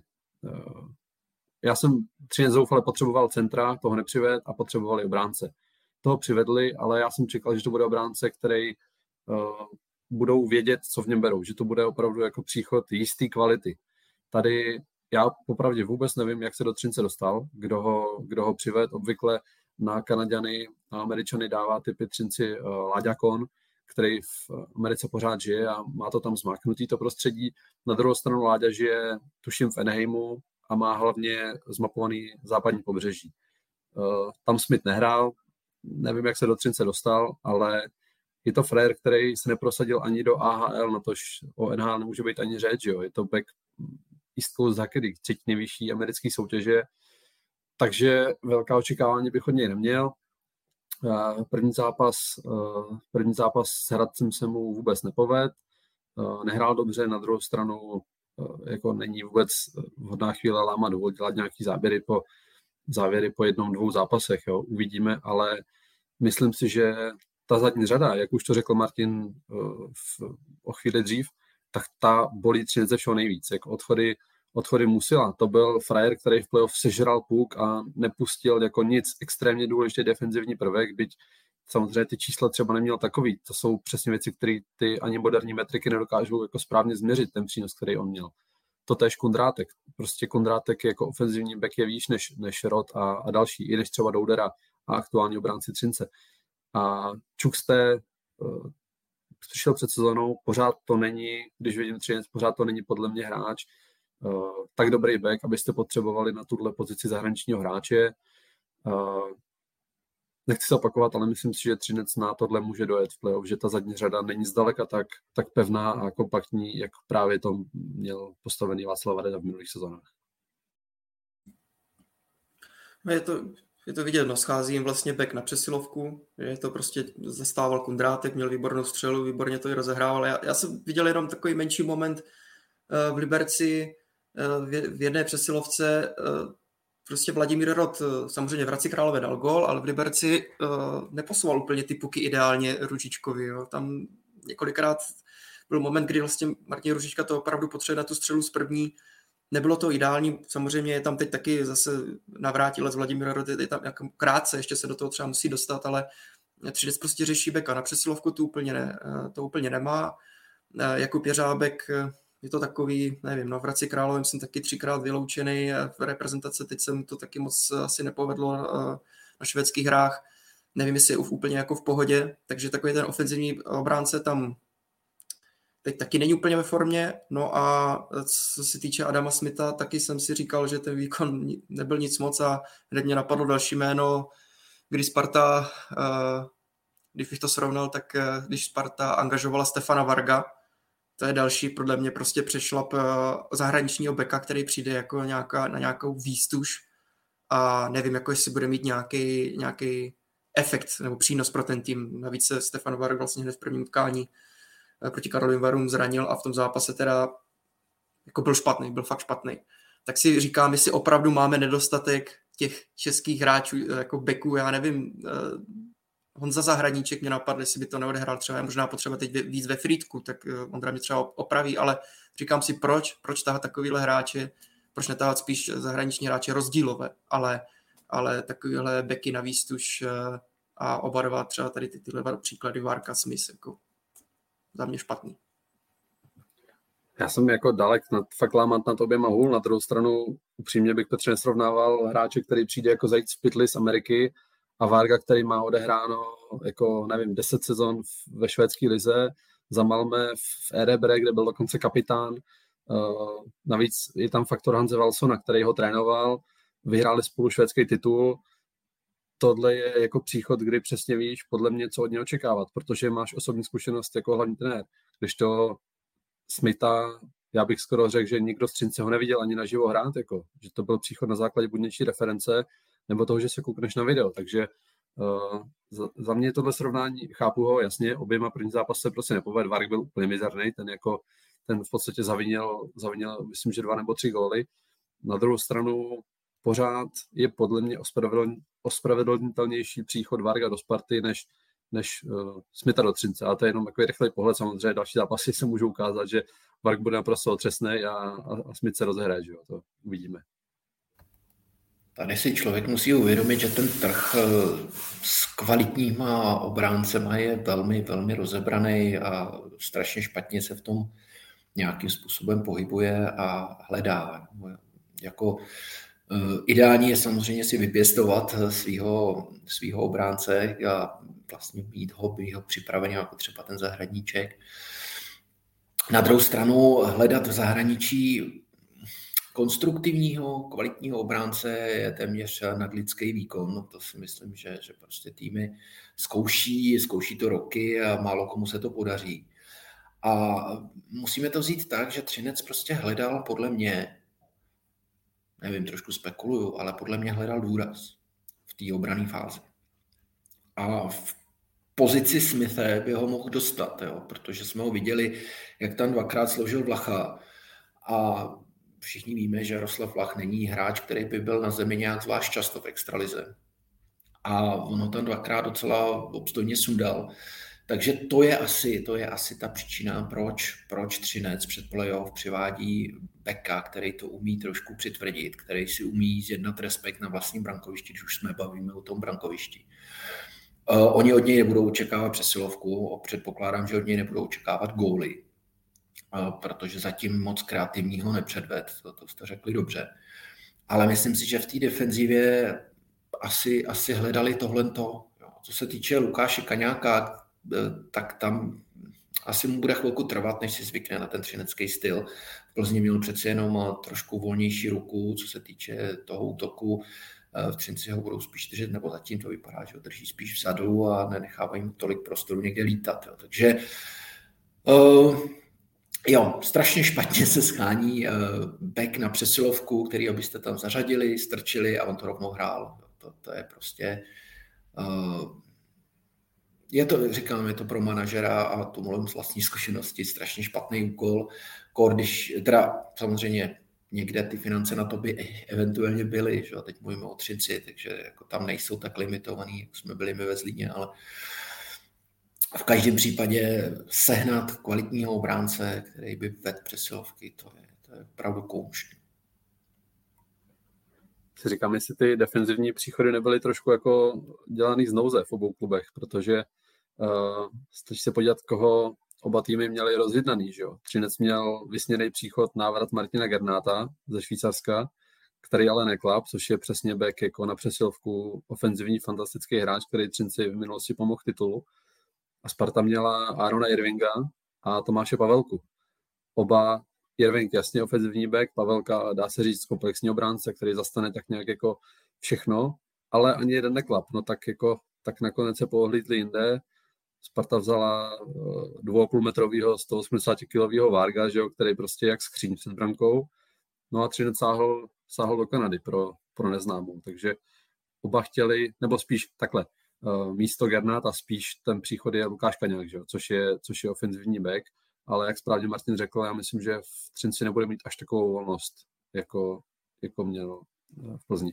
já jsem Třinec zoufale potřeboval centra, toho nepřived a potřebovali obránce. Toho přivedli, ale já jsem čekal, že to bude obránce, který budou vědět, co v něm berou, že to bude opravdu jako příchod jistý kvality. Tady já popravdě vůbec nevím, jak se do Třince dostal, kdo ho přived. Obvykle na Kanaďany a Američany dává typy Třinci Láďa Kohn, který v Americe pořád žije a má to tam zmáknutý to prostředí. Na druhou stranu Láďa žije, tuším, v Anaheimu a má hlavně zmapovaný západní pobřeží. Tam Smith nehrál, nevím, jak se do Třince dostal, ale je to frajer, který se neprosadil ani do AHL, na tož o NHL nemůže být ani řeč, jo. Je to back East Coast Hockey, třetí nejvyšší americké soutěže, takže velká očekávání bych od něj neměl. První zápas s Hradcem se mu vůbec nepovedl, nehrál dobře, na druhou stranu jako není vůbec vhodná chvíle lámat důvod, dělat nějaký závěry po 1-2 zápasech, jo. Uvidíme, ale myslím si, že ta zadní řada, jak už to řekl Martin o chvíli dřív, tak ta bolí Třinec ze všeho nejvíc. Jako odchody Musila, to byl frajer, který v playoff sežral puk a nepustil jako nic extrémně důležitý defenzivní prvek, byť samozřejmě ty čísla třeba neměl takový. To jsou přesně věci, které ty ani moderní metriky nedokážou jako správně změřit, ten přínos, který on měl. Totéž Kondrátek. Prostě Kondrátek jako ofenzivní back je výš než Rod a další, i než třeba Doudera a aktuální obránci Třince. A Čukste přišel před sezónou, pořád to není, když vidím Třinec, pořád to není podle mě hráč tak dobrý back, abyste potřebovali na tuhle pozici zahraničního hráče. Nechci se opakovat, ale myslím si, že Třinec na tohle může dojet v playoff, že ta zadní řada není zdaleka tak pevná a kompaktní, jak právě to měl postavený Václav Vareda v minulých sezónách. Je to vidět, schází jim vlastně back na přesilovku, je to prostě zastával Kondrátek, měl výbornou střelu, výborně to i rozehrával. Já jsem viděl jenom takový menší moment v Liberci, v jedné přesilovce, prostě Vladimír Rod samozřejmě v Hradci Králové dal gól, ale v Liberci neposouval úplně ty puky ideálně Ružičkovi. Jo. Tam několikrát byl moment, kdy vlastně Martin Ružička to opravdu potřebuje na tu střelu z první. Nebylo to ideální, samozřejmě je tam teď taky zase navrátilec Vladimír Rod, je tam jako krátce, ještě se do toho třeba musí dostat, ale Třinec prostě řeší beka. Na přesilovku to úplně nemá. Jakub Jeřábek je to takový, nevím, v Hradci Králové jsem taky 3krát vyloučený v reprezentaci, teď se mu to taky moc asi nepovedlo na švédských hrách, nevím, jestli je úplně jako v pohodě, takže takový ten ofenzivní obránce tam teď taky není úplně ve formě, no a co se týče Adama Smitha, taky jsem si říkal, že ten výkon nebyl nic moc a hned mě napadlo další jméno, kdy Sparta, když bych to srovnal, tak když Sparta angažovala Stefana Varga, to je další, podle mě prostě přešlap zahraničního beka, který přijde jako na nějakou výstuž a nevím, jako jestli bude mít nějaký efekt nebo přínos pro ten tým. Navíc se Stefan Varg vlastně hned v prvním utkání proti Karlovým Varům zranil a v tom zápase teda jako byl fakt špatný. Tak si říkám, jestli opravdu máme nedostatek těch českých hráčů jako beků, já nevím, Honza Zahradníček mě napadl, jestli by to neodehrál třeba, možná potřeba teď víc ve Frýdku, tak Ondra mě třeba opraví, ale říkám si, proč tahat takovýhle hráče, proč netahat spíš zahraniční hráče rozdílové, ale takovýhle beky na výstuž a oba dva třeba tady tyhle příklady Varka Smith, jako za mě špatný. Já jsem jako dalek fakt lámat nad oběma hůl, na druhou stranu upřímně bych Petře nesrovnával hráče, který přijde jako zajíc z pytli z Ameriky, a Varga, který má odehráno jako, nevím, 10 sezon ve švédské lize, za Malmö v Erebre, kde byl dokonce kapitán. Navíc je tam faktor Hanse Walsona, který ho trénoval, vyhráli spolu švédský titul. Tohle je jako příchod, kdy přesně víš, podle mě, co od něj očekávat, protože máš osobní zkušenost jako hlavní trenér. Když to Smitha, já bych skoro řekl, že nikdo z Třince ho neviděl ani naživo hrát, jako, že to byl příchod na základě buď něčí reference, nebo toho, že se koukneš na video. Takže za mě tohle srovnání, chápu ho, jasně, oběma první zápas se prostě nepovedl, Varg byl úplně mizerný, ten v podstatě zavinil, myslím, že 2 nebo 3 góly. Na druhou stranu pořád je podle mě ospravedlnitelnější příchod Varga do Sparty, než Smitha do Třince. A to je jenom takový rychlej pohled, samozřejmě další zápasy se můžou ukázat, že Varg bude naprosto otřesný a Smith se rozehraje, že jo, to uvidíme. Tady si člověk musí uvědomit, že ten trh s kvalitníma obráncema je velmi, velmi rozebraný a strašně špatně se v tom nějakým způsobem pohybuje a hledá. Jako ideální je samozřejmě si vypěstovat svýho obránce a vlastně být ho připravený jako třeba ten Zahradníček. Na druhou stranu hledat v zahraničí konstruktivního, kvalitního obránce je téměř nadlidský výkon. No to si myslím, že prostě týmy zkouší to roky a málo komu se to podaří. A musíme to vzít tak, že Třinec prostě hledal podle mě, nevím, trošku spekuluju, ale podle mě hledal důraz v té obranné fázi. A v pozici Smithe by ho mohl dostat, jo, protože jsme ho viděli, jak tam dvakrát složil Vlacha a všichni víme, že Jaroslav Vlach není hráč, který by byl na zemi nějak zvlášť často v extralize. A on ho tam dvakrát docela obstojně sundal. Takže to je asi ta příčina, proč Třinec před playoff přivádí beka, který to umí trošku přitvrdit, který si umí zjednat respekt na vlastním brankovišti, když už jsme bavíme o tom brankovišti. Oni od něj nebudou očekávat přesilovku, předpokládám, že od něj nebudou očekávat góly, protože zatím moc kreativního nepředved, to jste řekli dobře. Ale myslím si, že v té defenzivě asi hledali tohleto. Co se týče Lukáše Kaňáka, tak tam asi mu bude chvilku trvat, než si zvykne na ten třinecký styl. V Plzni měl přeci jenom trošku volnější ruku, co se týče toho útoku. V Třinci ho budou spíš držet, nebo zatím to vypadá, že ho drží spíš vzadu a nenechávají mu tolik prostoru někde lítat. Jo. Takže strašně špatně se schání back na přesilovku, který byste tam zařadili, strčili a on to rovnou hrál. To je prostě... Je to pro manažera a to mluvím z vlastní zkušenosti, strašně špatný úkol. Když teda samozřejmě někde ty finance na to by eventuálně byly, že? Teď mluvíme o Třinci, takže jako tam nejsou tak limitovaný, jak jsme byli my ve Zlíně, ale v každém případě sehnat kvalitního obránce, který by vedl přesilovky, to je opravdu kouš. Si říkám, jestli ty defenzivní příchody nebyly trošku jako dělaný z nouze v obou klubech, protože stačí se podívat, koho oba týmy měli rozjednaný. Že jo? Třinec měl vysněný příchod návrat Martina Gernáta ze Švýcarska, který ale neklap, což je přesně back jako na přesilovku, ofenzivní fantastický hráč, který Třinci v minulosti pomohl titulu. A Sparta měla Arona Irvinga a Tomáše Pavelku. Oba Irving jasně ofenzivní back, Pavelka dá se říct komplexní obránce, který zastane tak nějak jako všechno, ale ani jeden neklap. No tak nakonec se poohlídli jinde. Sparta vzala 2,5 metrového 180 kilového Varga, že jo, který prostě jak skříň před brankou. No a Třinec sáhl do Kanady pro neznámou. Takže oba chtěli, nebo spíš takhle, místo Gernáta spíš ten příchod je Lukáš Kaňák, že jo, což je ofenzivní back. Ale jak správně Martin řekl, já myslím, že v Třinci nebude mít až takovou volnost, jako měl v Plzni.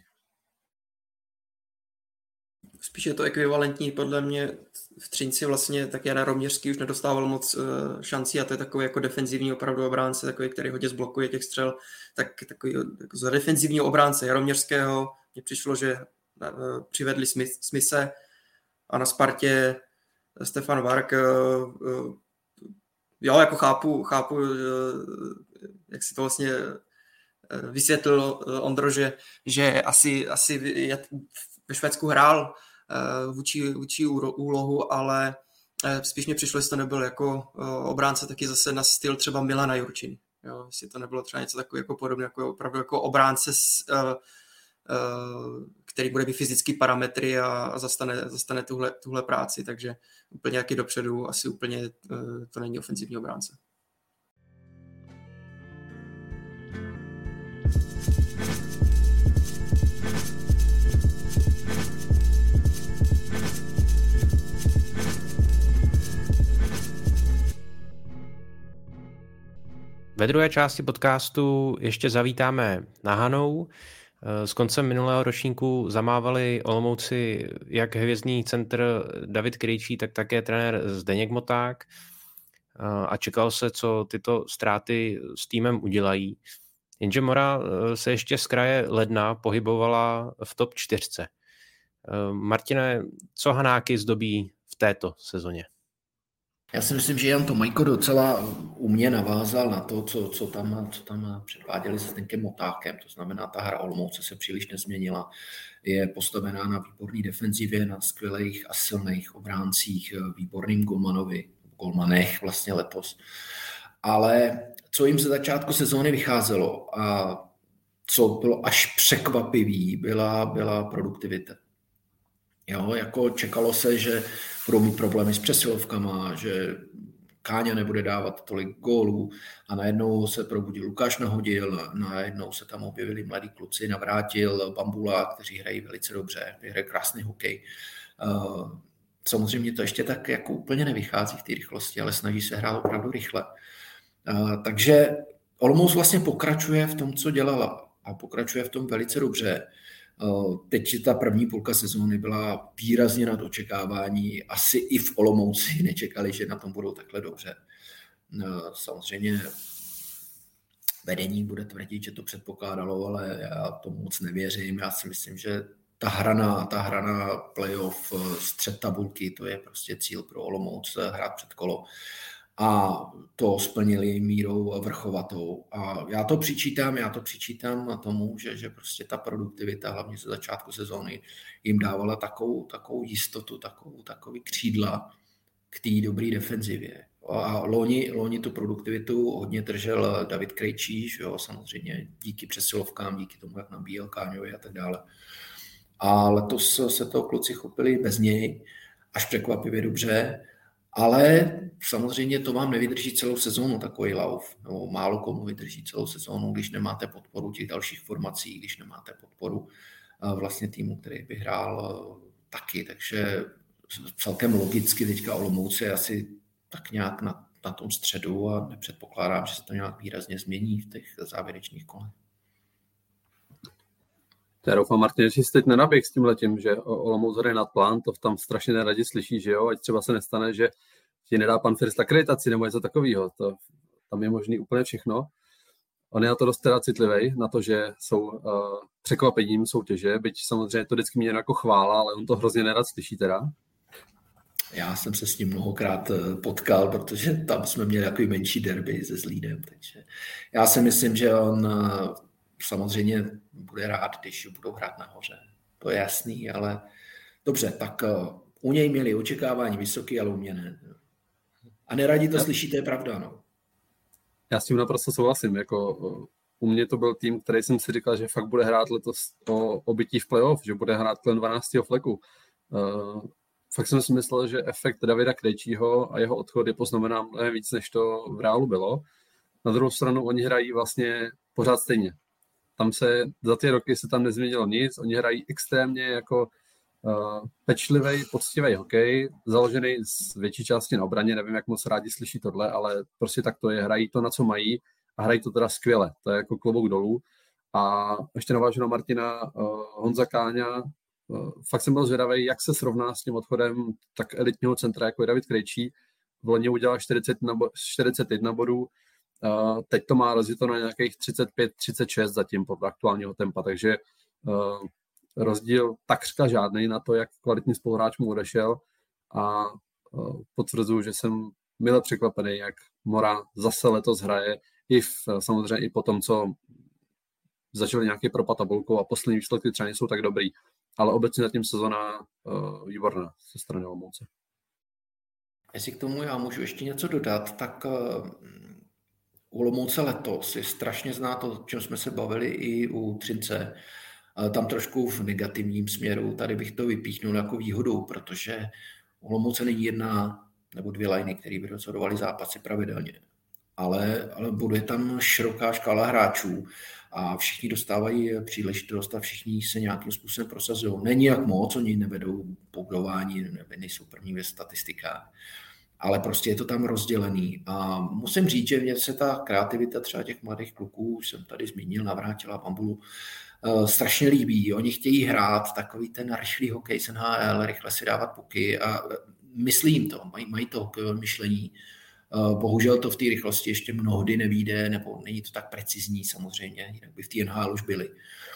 Spíš je to ekvivalentní, podle mě v Třinci vlastně tak Jan Roměřský už nedostával moc šancí a to je takový jako defenzivní opravdu obránce, takový, který hodně zblokuje těch střel, tak takový jako za defenzivního obránce Jaroměřského mně přišlo, že přivedli Smise a na Spartě Stefan Varg. Jo, jako chápu, jak si to vlastně vysvětlil Ondro, že asi ve Švédsku hrál vůči úlohu, ale spíš mě přišlo, jestli to nebyl jako obránce taky zase na styl třeba Milana Jurčiny. Jo, jestli to nebylo třeba něco takové jako podobné, jako opravdu jako obránce, který bude mít fyzické parametry a zastane tuhle práci, takže úplně jaký dopředu, asi úplně to není ofenzivní obránce. Ve druhé části podcastu ještě zavítáme na Hanou. S koncem minulého ročníku zamávali Olomouci jak hvězdný centr David Krejčí, tak také trenér Zdeněk Moták a čekalo se, co tyto ztráty s týmem udělají. Jenže Mora se ještě z kraje ledna pohybovala v top 4. Martine, co Hanáky zdobí v této sezóně? Já si myslím, že Jan Tomajko docela umě navázal na to, co tam předváděli se Zdeňkem Motákem. To znamená, ta hra Olomouce se příliš nezměnila. Je postavená na výborné defenzivě, na skvělých a silných obráncích, výborným golmanech vlastně letos. Ale co jim ze začátku sezóny vycházelo a co bylo až překvapivý, byla produktivita. Jo, jako čekalo se, že budou mít problémy s přesilovkama, že Káňa nebude dávat tolik gólů a najednou se probudil Lukáš Nahodil, najednou se tam objevili mladí kluci, Navrátil, Bambula, kteří hrají velice dobře, hrají krásný hokej. Samozřejmě to ještě tak jako úplně nevychází v té rychlosti, ale snaží se hrát opravdu rychle. Takže Olomouc vlastně pokračuje v tom, co dělala a pokračuje v tom velice dobře. Teď ta první půlka sezóny byla výrazně nad očekávání. Asi i v Olomouci nečekali, že na tom budou takhle dobře. Samozřejmě vedení bude tvrdit, že to předpokládalo, ale já tomu moc nevěřím. Já si myslím, že ta hra na playoff, střed tabulky, to je prostě cíl pro Olomouc, hrát před kolo. A to splnili mírou vrchovatou. A já to přičítám tomu, že prostě ta produktivita, hlavně ze začátku sezóny, jim dávala takovou jistotu, takový křídla k té dobré defenzivě. A loni tu produktivitu hodně držel David Krejčí, jo, samozřejmě díky přesilovkám, díky tomu, jak nabíjel Káňovi a tak dále. A letos se toho kluci chopili bez něj, až překvapivě dobře. Ale samozřejmě to vám nevydrží celou sezónu takový lauf. No, málo komu vydrží celou sezónu, když nemáte podporu těch dalších formací, když nemáte podporu vlastně týmu, který by hrál taky. Takže celkem logicky teďka Olomouc je asi tak nějak na tom středu a nepředpokládám, že se to nějak výrazně změní v těch závěrečných kolech. Já doufám, Martin, že jsi teď nenaběh s tímhletím, že Olomouc hraje nad plán, to tam strašně neradi slyší, že jo, ať třeba se nestane, že ti nedá pan First akreditaci nebo něco takového, tam je možný úplně všechno. On je na to dost teda citlivý, na to, že jsou překvapením soutěže, byť samozřejmě to vždycky měl jako chvála, ale on to hrozně nerad slyší teda. Já jsem se s ním mnohokrát potkal, protože tam jsme měli takový menší derby se Zlínem, takže já si myslím, že on samozřejmě bude rád, když budou hrát nahoře. To je jasný, ale dobře, tak u něj měli očekávání vysoký, ale u mě ne. A neradi to slyší, to je pravda, no. Já s tím naprosto souhlasím. Jako, u mě to byl tým, který jsem si říkal, že fakt bude hrát letos o obytí v playoff, že bude hrát kolem 12. fleku. Fakt jsem si myslel, že efekt Davida Krejčího a jeho odchod je poznamená mnohem víc, než to v reálu bylo. Na druhou stranu oni hrají vlastně pořád stejně. Tam se za ty roky se tam nezměnilo nic, oni hrají extrémně jako pečlivý, poctivý hokej, založený z větší části na obraně, nevím, jak moc rádi slyší tohle, ale prostě tak to je, hrají to, na co mají a hrají to teda skvěle, to je jako klobouk dolů. A ještě navážu na Martina, Honza Káňa, fakt jsem byl zvědavý, jak se srovná s tím odchodem tak elitního centra, jako je David Krejčí. V loni udělal 41 bodů, teď to má rozjito na nějakých 35-36 zatím podle aktuálního tempa, takže rozdíl takřka žádnej na to, jak kvalitní spoluhráč mu odešel a potvrzuju, že jsem mile překvapený, jak Mora zase letos hraje, samozřejmě i po tom, co začali nějaký propad tabulkou a poslední výsledky třeba nejsou tak dobrý, ale obecně zatím sezona výborná ze strany Olomouce. Jestli k tomu já můžu ještě něco dodat, tak u Olomouce letos je strašně znát to, o čem jsme se bavili i u Třince. Tam trošku v negativním směru, tady bych to vypíchnul jako výhodou, protože u Olomouce není jedna nebo dvě liny, které by rozhodovaly zápasy pravidelně. Ale bude tam široká škála hráčů a všichni dostávají příležitost a všichni se nějakým způsobem prosazují. Není jak moc, oni nevedou poudování, nejsou první ve statistikách, ale prostě je to tam rozdělený. A musím říct, že mně se ta kreativita třeba těch mladých kluků, už jsem tady zmínil, Navrátil a Bambulu, strašně líbí. Oni chtějí hrát takový ten rychlý hokej z NHL, rychle si dávat puky a myslí jim to, mají to hokejové myšlení. Bohužel to v té rychlosti ještě mnohdy nevyjde, nebo není to tak precizní samozřejmě, jinak by v té NHL už byli.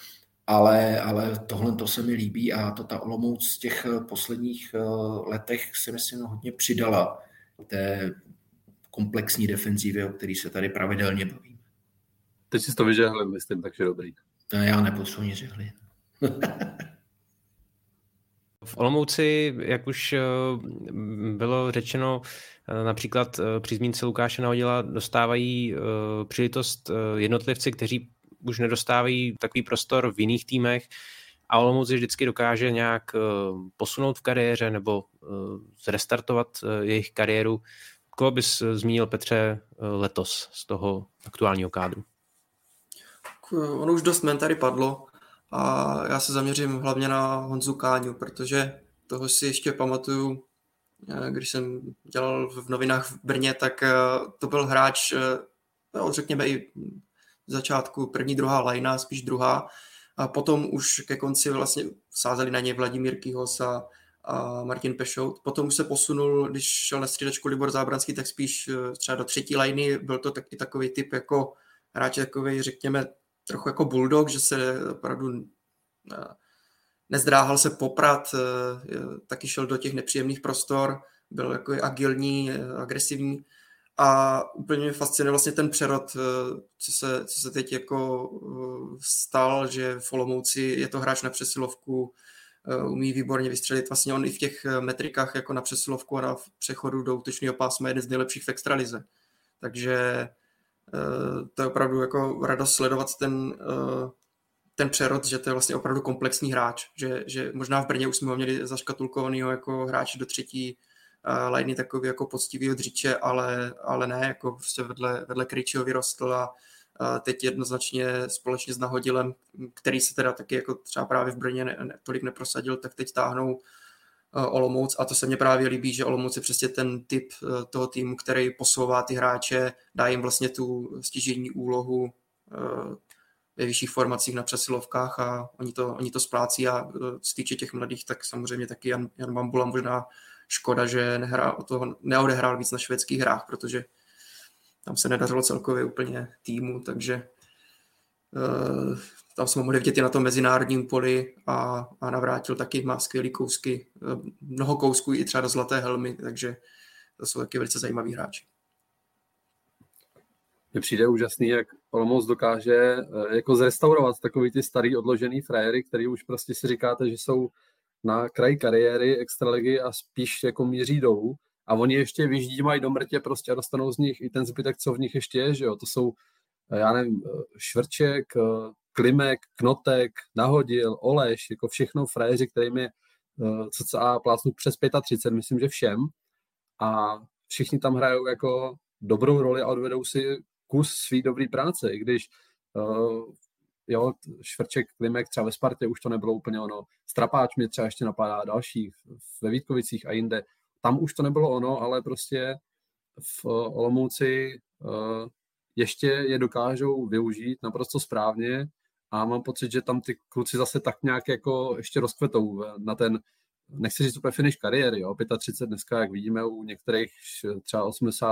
Ale tohle to se mi líbí a to ta Olomouc z těch posledních letech si myslím hodně přidala té komplexní defenzivě, o který se tady pravidelně bavíme. Teď si to vyžehlil, myslím, takže dobrý. Já nepotřebuji nic žehlit. V Olomouci, jak už bylo řečeno, například při zmínce Lukáše Nahodila dostávají příležitost jednotlivci, kteří už nedostávají takový prostor v jiných týmech a Olomouc vždycky dokáže nějak posunout v kariéře nebo zrestartovat jejich kariéru. Koho bys zmínil, Petře, letos z toho aktuálního kádru? Ono už dost jmen tady padlo a já se zaměřím hlavně na Honzu Káňu, protože toho si ještě pamatuju, když jsem dělal v novinách v Brně, tak to byl hráč, řekněme i v začátku první, druhá lajna, spíš druhá. A potom už ke konci vlastně sázeli na něj Vladimír Kihos a Martin Pešout. Potom už se posunul, když šel na střídačku Libor Zábranský, tak spíš třeba do třetí lajny. Byl to taky takový typ jako hráč, takový, řekněme, trochu jako bulldog, že se opravdu nezdráhal se poprat, taky šel do těch nepříjemných prostor, byl jako agilní, agresivní a úplně mě fascinuje vlastně ten přerod, co se teď jako stal, že v Olomouci je to hráč na přesilovku, umí výborně vystřelit, vlastně on i v těch metrikách jako na přesilovku a na přechodu do útočného pásma je jeden z nejlepších v extralize. Takže to je opravdu jako radost sledovat ten přerod, že to je vlastně opravdu komplexní hráč, že možná v Brně už jsme ho měli zaškatulkovanýho jako hráč do třetí lajny, takový jako poctivýho dříče, ale ne, jako prostě vedle Krejčího vyrostl a teď jednoznačně společně s Nahodilem, který se teda taky jako třeba právě v Brně tolik neprosadil, tak teď táhnou Olomouc a to se mně právě líbí, že Olomouc je přesně ten typ toho týmu, který posouvá ty hráče, dá jim vlastně tu stěžejní úlohu ve vyšších formacích na přesilovkách a oni to splácí a z týče těch mladých, tak samozřejmě taky Jan Bambula možná škoda, že neodehrál víc na švédských hrách, protože tam se nedařilo celkově úplně týmu, takže tam jsme mohli vidět i na tom mezinárodním poli a Navrátil taky má skvělý kousky, mnoho kousků i třeba do zlaté helmy, takže to jsou taky velice zajímaví hráči. Mně přijde úžasný, jak Olomouc dokáže jako zrestaurovat takový ty starý odložený frajery, který už prostě si říkáte, že jsou na kraji kariéry extraligy a spíš jako míří dolů a oni ještě vyždímají do mrtě prostě a dostanou z nich i ten zbytek, co v nich ještě je, že jo, to jsou, já nevím, Švrček, Klimek, Knotek, Nahodil, Oleš, jako všechno frajeři, kterým je cca plácnu přes 35, myslím, že všem a všichni tam hrajou jako dobrou roli a odvedou si kus svý dobrý práce, i když jo, Švrček, Klimek, třeba ve Spartě už to nebylo úplně ono, Strapáč mě třeba ještě napadá další, ve Vítkovicích a jinde, tam už to nebylo ono, ale prostě v Olomouci ještě je dokážou využít naprosto správně a mám pocit, že tam ty kluci zase tak nějak jako ještě rozkvetou na ten, nechci říct úplně finish kariéry, jo, 35 dneska, jak vidíme u některých třeba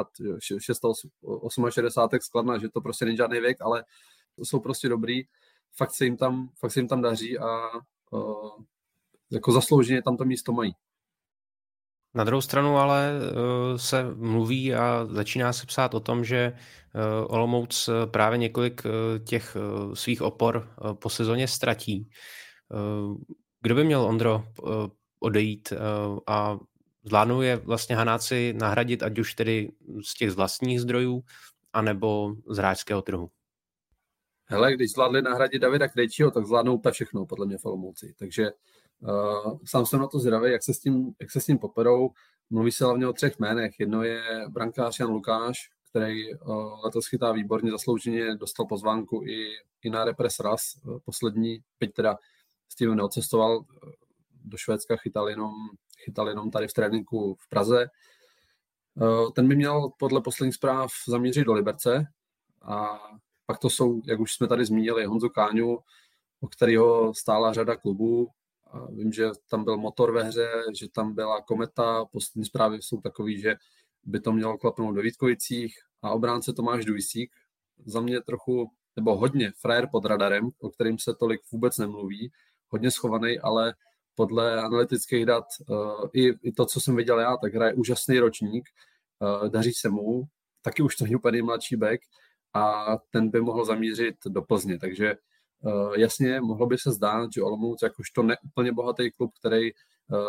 68 Skladna, že to prostě není žádný věk, ale to jsou prostě dobrý, fakt se jim tam daří a jako zaslouženě tam to místo mají. Na druhou stranu ale se mluví a začíná se psát o tom, že Olomouc právě několik těch svých opor po sezóně ztratí. Kdo by měl, Ondro, odejít a zvládnou je vlastně Hanáci nahradit, ať už tedy z těch vlastních zdrojů, anebo z hráčského trhu? Hele, když zvládli nahradit Davida Krejčího, tak zvládnou úplně všechno, podle mě v Olomouci. Takže sám jsem na to zvědavý, jak se s tím poperou. Mluví se hlavně o 3 jménech. Jedno je brankář Jan Lukáš, který letos chytá výborně, zaslouženě dostal pozvánku i na Repres Ras poslední, byť teda s tím neodcestoval do Švédska, chytal jenom tady v tréninku v Praze. Ten by měl podle posledních zpráv zamířit do Liberce a pak to jsou, jak už jsme tady zmínili, Honzu Káňu, o kterého stála řada klubů. A vím, že tam byl Motor ve hře, že tam byla Kometa, poslední zprávy jsou takový, že by to mělo klapnout do Vítkovicích a obránce Tomáš Dujsík. Za mě trochu, nebo hodně frajer pod radarem, o kterým se tolik vůbec nemluví, hodně schovaný, ale podle analytických dat i to, co jsem viděl já, tak hraje úžasný ročník, daří se mu, taky už to není úplně mladší back a ten by mohl zamířit do Plzně, takže jasně, mohlo by se zdát, že Olomouc jakožto neúplně bohatý klub, který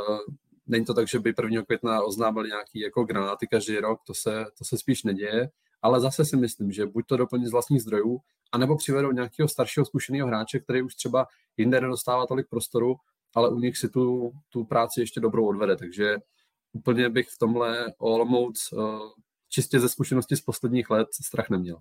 není to tak, že by 1. května oznámil nějaký jako granáty každý rok, to se spíš neděje, ale zase si myslím, že buď to doplní z vlastních zdrojů, anebo přivedou nějakého staršího zkušeného hráče, který už třeba jinde nedostává tolik prostoru, ale u nich si tu práci ještě dobrou odvede. Takže úplně bych v tomhle Olomouc čistě ze zkušenosti z posledních let strach neměl.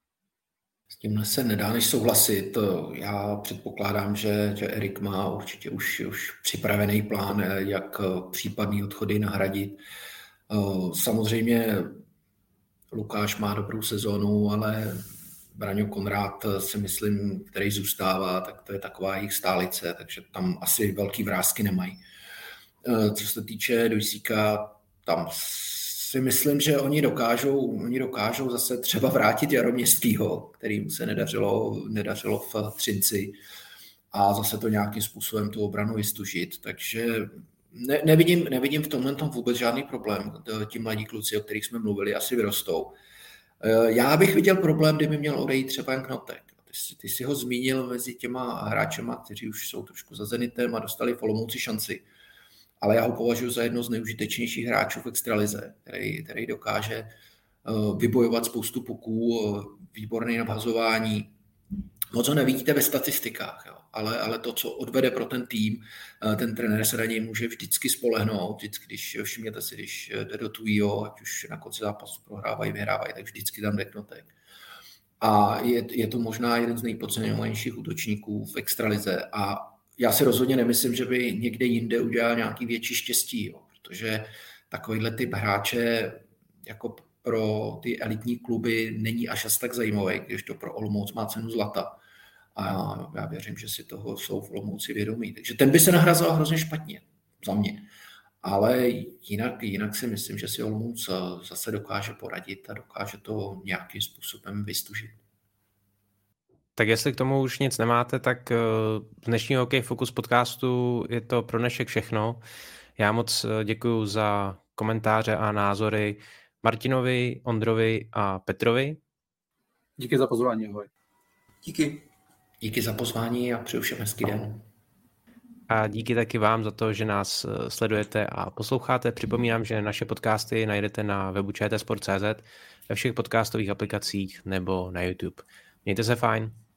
S tímhle se nedá než souhlasit. Já předpokládám, že Erik má určitě už připravený plán, jak případný odchody nahradit. Samozřejmě Lukáš má dobrou sezónu, ale Braňo Konrád si myslím, který zůstává, tak to je taková jejich stálice, takže tam asi velký vrásky nemají. Co se týče Dojsíka, tam si myslím, že oni dokážou zase třeba vrátit Jaroměstskýho, kterým se nedařilo v Třinci, a zase to nějakým způsobem tu obranu vystužit, takže nevidím v tomhle tom vůbec žádný problém. Ti mladí kluci, o kterých jsme mluvili, asi vyrostou. Já bych viděl problém, kdyby měl odejít třeba Jan Knotek. Ty si ho zmínil mezi těma hráčema, kteří už jsou trošku za Zenitem a dostali v Olomouci šanci. Ale já ho považuji za jedno z nejužitečnějších hráčů v extralize, který dokáže vybojovat spoustu puků, výborné navhazování. Moc ho nevidíte ve statistikách, jo. Ale to, co odvede pro ten tým, ten trenér se na něj může vždycky spolehnout. Vždycky, všimněte si, když jde do tujího, ať už na konci zápasu prohrávají, vyhrávají, tak vždycky tam jde Knotek. A je to možná jeden z nejpodceňovanějších útočníků v extralize. A já si rozhodně nemyslím, že by někde jinde udělal nějaký větší štěstí, jo, protože takovýhle typ hráče jako pro ty elitní kluby není až tak zajímavý, když to pro Olomouc má cenu zlata. A já věřím, že si toho jsou v Olomouci vědomí. Takže ten by se nahrazoval hrozně špatně za mě. Ale jinak si myslím, že si Olomouc zase dokáže poradit a dokáže to nějakým způsobem vystužit. Tak jestli k tomu už nic nemáte, tak z dnešního Hokej Focus podcastu je to pro dnešek všechno. Já moc děkuju za komentáře a názory Martinovi, Ondrovi a Petrovi. Díky za pozvání, ahoj. Díky za pozvání a přeju všem hezký den. A díky taky vám za to, že nás sledujete a posloucháte. Připomínám, že naše podcasty najdete na webu čtsport.cz, ve všech podcastových aplikacích nebo na YouTube. Mějte se fajn.